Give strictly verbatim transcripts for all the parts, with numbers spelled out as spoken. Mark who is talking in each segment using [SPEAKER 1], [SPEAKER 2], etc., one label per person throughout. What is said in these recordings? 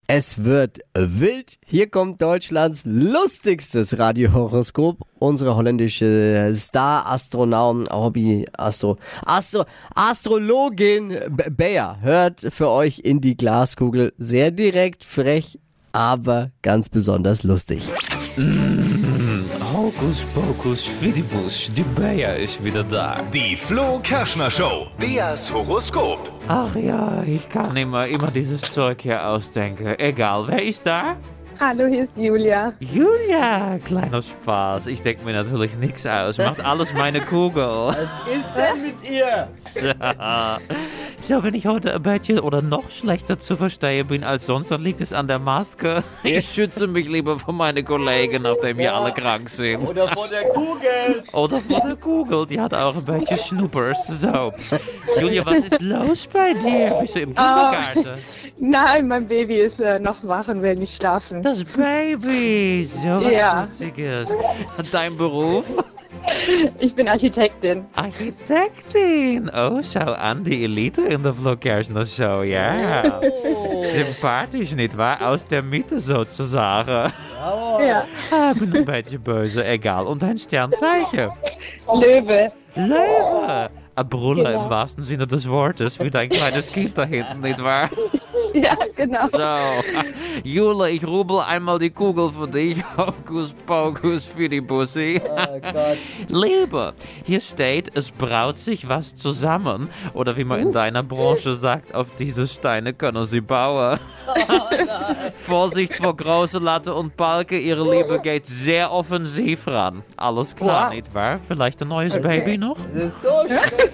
[SPEAKER 1] Es wird wild. Hier kommt Deutschlands lustigstes Radiohoroskop. Unsere holländische Star-Astronauten, Hobby-Astro, Astro, Astrologin B- Bea hört für euch in die Glaskugel. Sehr direkt, frech, aber ganz besonders lustig.
[SPEAKER 2] Mm, Hokus Pokus Fidibus, die Bea ist wieder da.
[SPEAKER 3] Die Flo Kerschner Show. Beas Horoskop.
[SPEAKER 2] Ach ja, ich kann immer, immer dieses Zeug hier ausdenken. Egal, wer ist da?
[SPEAKER 4] Hallo, hier ist Julia.
[SPEAKER 2] Julia, kleiner Spaß. Ich denke mir natürlich nichts aus. Macht alles meine Kugel.
[SPEAKER 1] Was ist denn mit ihr?
[SPEAKER 2] So, wenn ich heute ein bisschen oder noch schlechter zu verstehen bin als sonst, dann liegt es an der Maske. Ich schütze mich lieber vor meinen Kollegen, nachdem wir alle krank sind.
[SPEAKER 1] Oder vor der Kugel.
[SPEAKER 2] Oder vor der Kugel, die hat auch ein bisschen Schnuppers. So, Julia, was ist los bei dir? Bist du im Kindergarten?
[SPEAKER 4] Nein, mein Baby ist äh, noch wach und will nicht schlafen.
[SPEAKER 2] Das Baby, so was
[SPEAKER 4] Ja.
[SPEAKER 2] Witziges. Dein Beruf?
[SPEAKER 4] Ich bin Architektin.
[SPEAKER 2] Architektin. Oh, schau an, die Elite in der Flo Kerschner Show, ja. Sympathisch, nicht wahr? Aus der Mitte sozusagen.
[SPEAKER 4] Ja.
[SPEAKER 2] Ah, bin ein bisschen böse, egal. Und dein Sternzeichen?
[SPEAKER 4] Löwe.
[SPEAKER 2] Löwe. Ein Brüller
[SPEAKER 4] Genau.
[SPEAKER 2] im wahrsten Sinne des Wortes, wie dein kleines Kind da hinten, nicht wahr?
[SPEAKER 4] Ja, genau.
[SPEAKER 2] So, Jule, ich rubel einmal die Kugel für dich. Hokus Pokus für die Bussi.
[SPEAKER 1] Oh Gott.
[SPEAKER 2] Liebe, hier steht, es braut sich was zusammen. Oder wie man in deiner Branche sagt, auf diese Steine können sie bauen. Vorsicht vor große Latte und Balken, ihre Liebe geht sehr offensiv ran. Alles klar,
[SPEAKER 4] Wow.
[SPEAKER 2] nicht wahr? Vielleicht ein neues Baby noch?
[SPEAKER 1] Das ist so schön.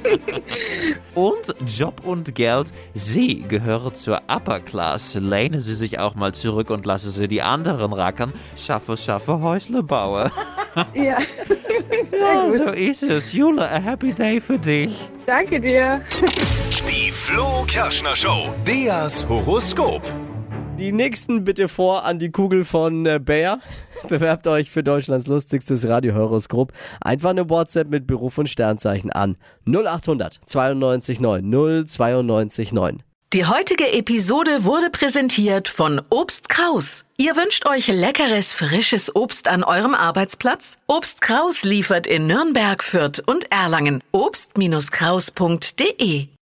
[SPEAKER 2] Und Job und Geld, Sie gehören zur Upper Class. Lehnen Sie sich auch mal zurück und lassen Sie die anderen rackern. Schaffe, schaffe, Häusle bauen.
[SPEAKER 4] Ja.
[SPEAKER 2] Ja, so ist es. Jule, a happy day für dich.
[SPEAKER 4] Danke dir.
[SPEAKER 3] Die Flo Kerschner Show. Beas Horoskop.
[SPEAKER 1] Die nächsten bitte vor an die Kugel von äh, Bea. Bewerbt euch für Deutschlands lustigstes Radiohoroskop. Einfach eine WhatsApp mit Beruf und Sternzeichen an null acht hundert zweiundneunzig neun null zweiundneunzig neun.
[SPEAKER 5] Die heutige Episode wurde präsentiert von Obst Kraus. Ihr wünscht euch leckeres, frisches Obst an eurem Arbeitsplatz? Obst Kraus liefert in Nürnberg, Fürth und Erlangen. obst Kraus punkt de